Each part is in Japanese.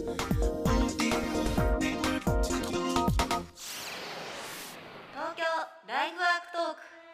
京ライフワークト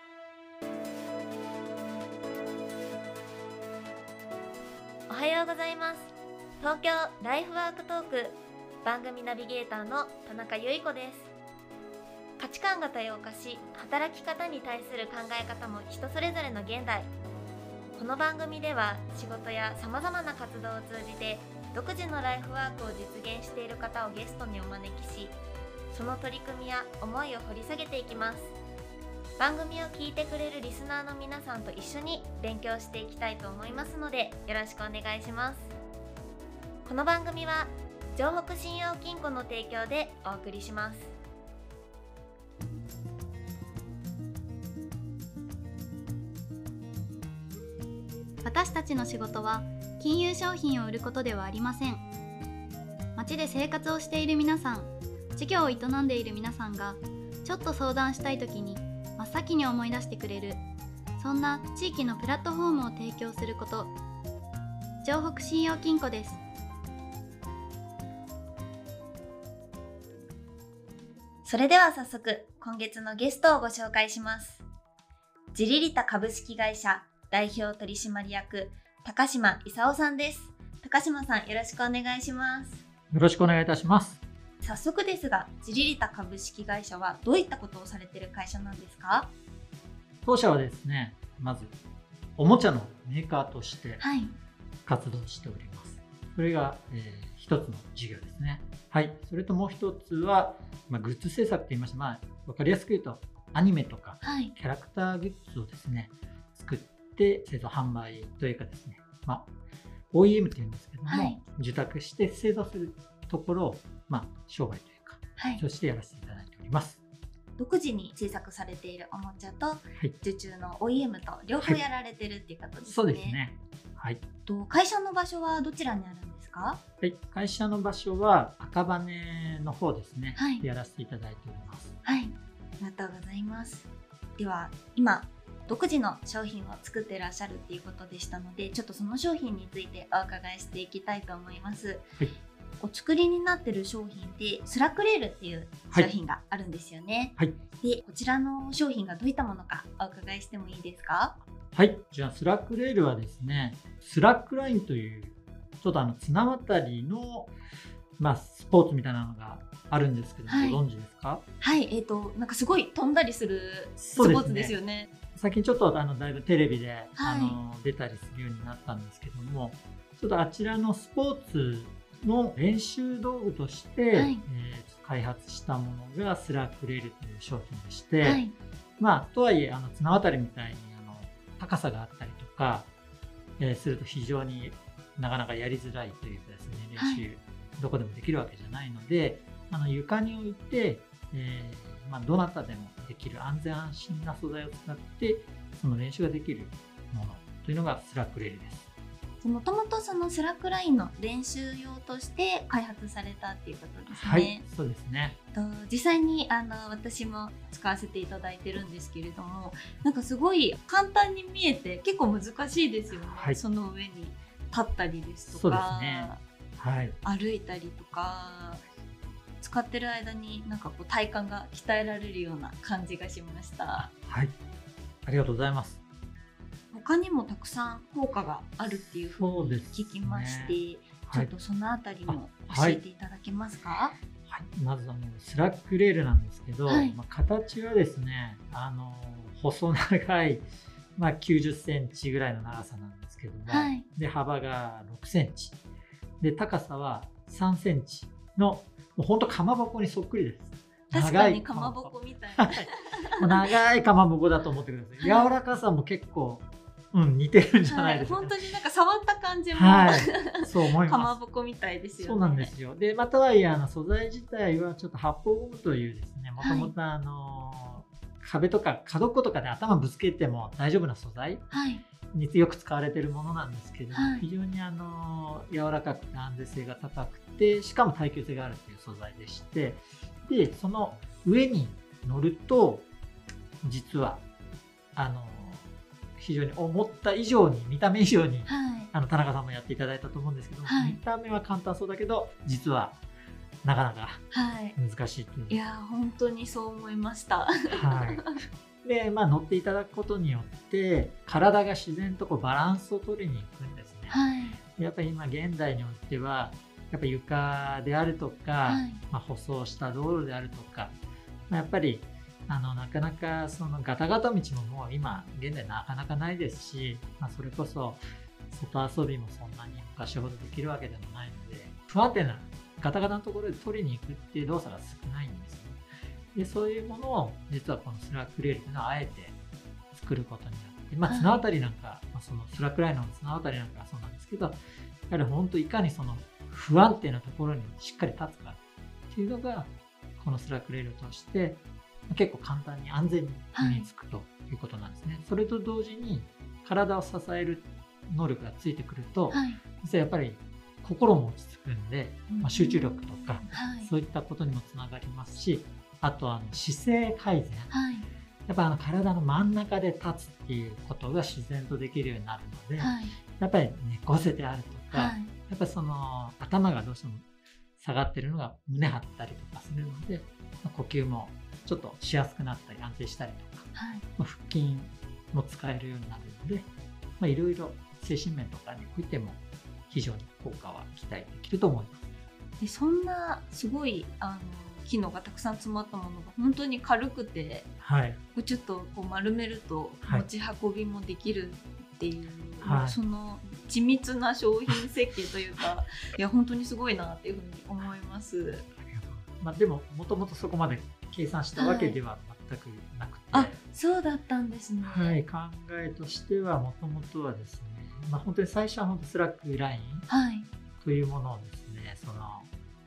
ーク。おはようございます。東京ライフワークトーク番組ナビゲーターの田中由衣子です。価値観が多様化し、働き方に対する考え方も人それぞれの現代。この番組では仕事やさまざまな活動を通じて独自のライフワークを実現している方をゲストにお招きし、その取り組みや思いを掘り下げていきます。番組を聞いてくれるリスナーの皆さんと一緒に勉強していきたいと思いますので、よろしくお願いします。この番組は城北信用金庫の提供でお送りします。 私たちの仕事は金融商品を売ることではありません。街で生活をしている皆さん、事業を営んでいる皆さんがちょっと相談したいときに真っ先に思い出してくれる、そんな地域のプラットフォームを提供すること、城北信用金庫です。 それでは早速今月のゲストをご紹介します。ジリリタ株式会社代表取締役高島勲さんです。高島さん、よろしくお願いします。 よろしくお願いいたします。 早速ですが、ジリリタ株式会社はどういったことをされている会社なんですか？ 当社はですね、まずおもちゃのメーカーとして活動しております。それが、一つの事業ですね。はい。それともう一つは、グッズ制作といいまして、分かりやすく言うとアニメとか、キャラクターグッズをですね作って製造販売というかですね、OEM というんですけども、受託して製造するところを、商売というか、そしてやらせていただいております。 独自に制作されているおもちゃと、受注の OEM と両方やられてるっていうことですね。 そうですね。はい。 会社の場所はどちらにあるんですか？ はい、会社の場所は赤羽の方ですね、やらせていただいております。 はい、ありがとうございます。では今独自の商品を作っていらっしゃるっていうことでしたので、ちょっとその商品についてお伺いしていきたいと思います。お作りになっている商品でスラックレールっていう商品があるんですよね。で、こちらの商品がどういったものかお伺いしてもいいですか？ はい、じゃあスラックレールはですね、スラックラインというちょっと綱渡りのスポーツみたいなのがあるんですけども、ご存知ですか？はい、 なんかすごい飛んだりするスポーツですよね。 最近ちょっとだいぶテレビで、出たりするようになったんですけども、ちょっとあちらのスポーツの練習道具として、開発したものがスラックレールという商品でして、とはいえ綱渡りみたいに高さがあったりとか、すると非常になかなかやりづらいというかですね、練習どこでもできるわけじゃないので、床に置いて、どなたでもできる安全安心な素材を使ってその練習ができるものというのがスラックレールです。 もともとそのスラックラインの練習用として開発されたっていうことですね。はい、 そうですね。 実際に私も使わせていただいてるんですけれども、なんかすごい簡単に見えて結構難しいですよね。その上に立ったりですとか、歩いたりとか、使ってる間になんかこう体幹が鍛えられるような感じがしました。 はい、ありがとうございます。 他にもたくさん効果があるっていうふうに聞きまして、ちょっとそのあたりも教えていただけますか？ まずスラックレールなんですけど、形はですね、細長い、90センチぐらいの長さなんですけども、で幅が6センチで高さは3センチの、もうほんとかまぼこにそっくりです。 確かにかまぼこみたいな長いかまぼこだと思ってください。柔らかさも結構似てるんじゃないですか。 本当になんか触った感じも、 そう思います。 かまぼこみたいですよね。 そうなんですよ。で、とはいえ素材自体はちょっと発泡ゴムというですね、もともと壁とか角っことかで頭ぶつけても大丈夫な素材によく使われているものなんですけど、非常に柔らかくて安全性が高くて、しかも耐久性があるという素材でして、でその上に乗ると実は非常に思った以上に、見た目以上に、 はい、 田中さんもやっていただいたと思うんですけども、 はい、 見た目は簡単そうだけど実はなかなか難しいという、 いや本当にそう思いました。 はいで乗っていただくことによって体が自然とこうバランスを取りに行くんですね。 はい、 やっぱり今現代においてはやっぱ床であるとか、 はい、 舗装した道路であるとか、やっぱりなかなかそのガタガタ道ももう今現代なかなかないですし、それこそ外遊びもそんなに昔ほどできるわけでもないので、不安定なガタガタのところで取りに行くっていう動作が少ないんですね。でそういうものを実はこのスラックレールというのはあえて作ることによって、綱渡りなんか、そのスラックラインの綱渡りなんかはそうなんですけど、やはり本当いかにその不安定なところにしっかり立つかっていうのがこのスラックレールとして結構簡単に安全に身につくということなんですね。それと同時に体を支える能力がついてくると、実はやっぱり心も落ち着くんで、集中力とか、そういったことにもつながりますし、あと姿勢改善、やっぱ体の真ん中で立つっていうことが自然とできるようになるので、やっぱり猫背であるとか、やっぱりその頭がどうしても下がってるのが胸張ったりとかするので、呼吸もちょっとしやすくなったり安定したりとか、腹筋も使えるようになるので、いろいろ精神面とかにおいても非常に効果は期待できると思います。 でそんなすごい機能がたくさん詰まったものが本当に軽くて、ちょっとこう丸めると持ち運びもできるっていう、その緻密な商品設計というかいや本当にすごいなっていうふうに思います。 でももともとそこまで計算したわけでは全くなくて、 そうだったんですね。 考えとしてはもともとはですね、本当に最初は本当スラックラインというものをですね、その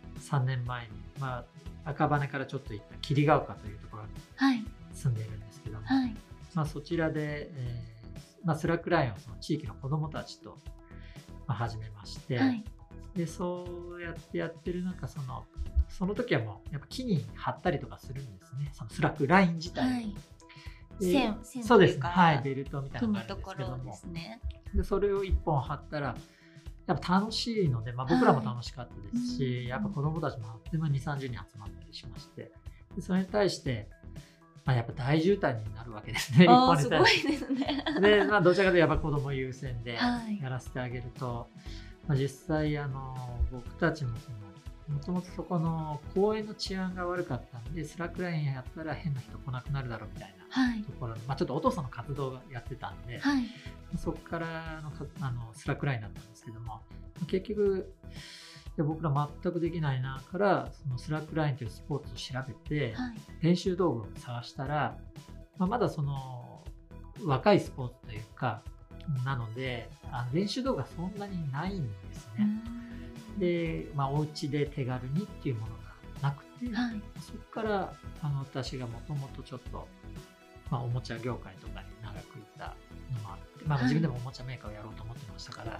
3年前に、赤羽からちょっと行った霧ヶ丘というところに住んでいるんですけども、そちらで、スラックラインをその地域の子どもたちと、始めまして、でそうやってやってる中、その時はもうやっぱ木に貼ったりとかするんですね、そのスラックライン自体、 線そうですね、ベルトみたいなのがあるんですけども、でそれを1本貼ったらやっぱ楽しいので、僕らも楽しかったですし、やっぱ子どもたちもあっという間に2、30人集まったりしまして、でそれに対してやっぱ大渋滞になるわけですね。 すごいですね。 で、どちらかというとやっぱ子ども優先でやらせてあげると、実際僕たちももともとそこの公園の治安が悪かったんで、スラックラインやったら変な人来なくなるだろうみたいなところで、ちょっとお父さんの活動をやってたんで、そこからのスラックラインだったんですけども、結局僕ら全くできないなからそのスラックラインというスポーツを調べて、練習道具を探したら、まだその若いスポーツというかなので練習道具がそんなにないんですね。で、お家で手軽にっていうものがなくて、そこから私がもともとちょっと、おもちゃ業界とかに長くいたのもあって、自分でもおもちゃメーカーをやろうと思ってましたから、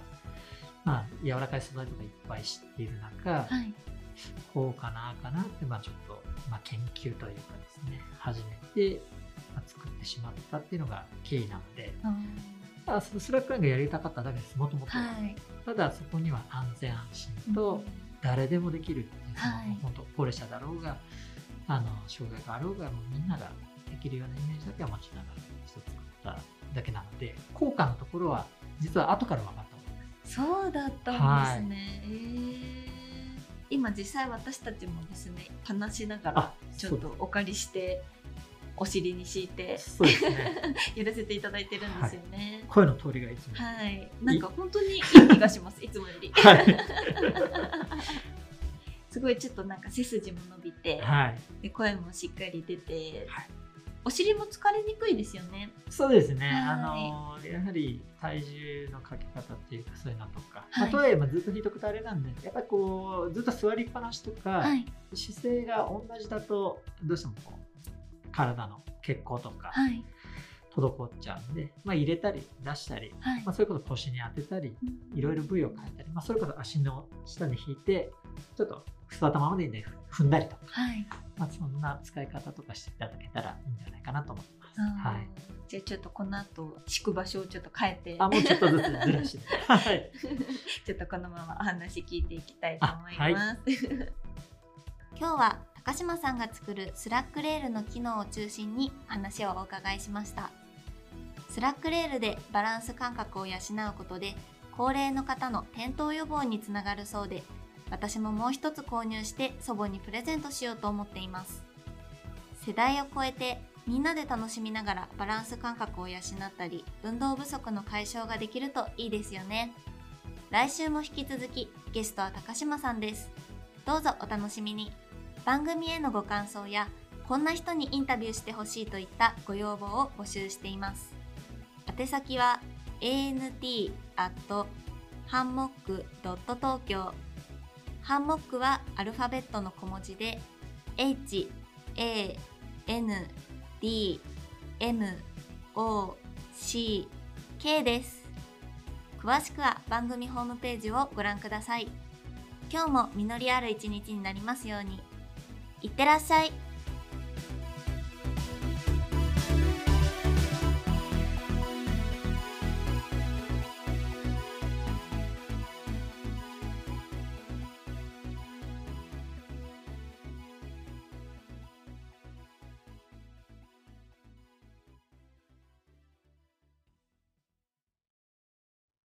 柔らかい素材とかいっぱい知っている中、こうかなって、ちょっと、研究というかですね、始めて、作ってしまったっていうのが経緯なので、そのスラックラインがやりたかっただけです、もともとは。ただそこには安全安心と誰でもできるっていう、本当高齢者だろうが障害があろうがみんなができるようなイメージだけは持ちながら作っただけなので、効果のところは実は後から分かったものです。 そうだったんですね。今実際私たちもですね、話しながらちょっとお借りしてお尻に敷いてやらせていただいてるんですよね。 声の通りがいつも、 なんか本当にいい気がしますいつもより。すごいちょっとなんか背筋も伸びて、で声もしっかり出て、お尻も疲れにくいですよね。 そうですね。やはり体重のかけ方っていうかそういうのとか、とはいえずっと引いとくとあれなんで、やっぱりこうずっと座りっぱなしとか、姿勢が同じだとどうしてもこう体の血行とか滞っちゃうんで、入れたり出したり、それこそ腰に当てたり、いろいろ部位を変えたり、それこそ足の下に引いてちょっと座ったままでいいんで踏んだりとか、そんな使い方とかしていただけたらいいんじゃないかなと思います。 す。はい。 じゃあちょっとこの後敷く場所をちょっと変えて、 もうちょっとずつずらして、はい、 ちょっとこのままお話聞いていきたいと思います。はい、今日は高島さんが作るスラックレールの機能を中心に話をお伺いしました。スラックレールでバランス感覚を養うことで高齢の方の転倒予防につながるそうで、私ももう一つ購入して祖母にプレゼントしようと思っています。世代を超えてみんなで楽しみながらバランス感覚を養ったり、運動不足の解消ができるといいですよね。来週も引き続きゲストは高島さんです。どうぞお楽しみに。番組へのご感想やこんな人にインタビューしてほしいといったご要望を募集しています。宛先は ant@hanmock.tokyo。 ハンモックはアルファベットの小文字で HANDMOCK です。詳しくは番組ホームページをご覧ください。今日も実りある一日になりますように。いってらっしゃい。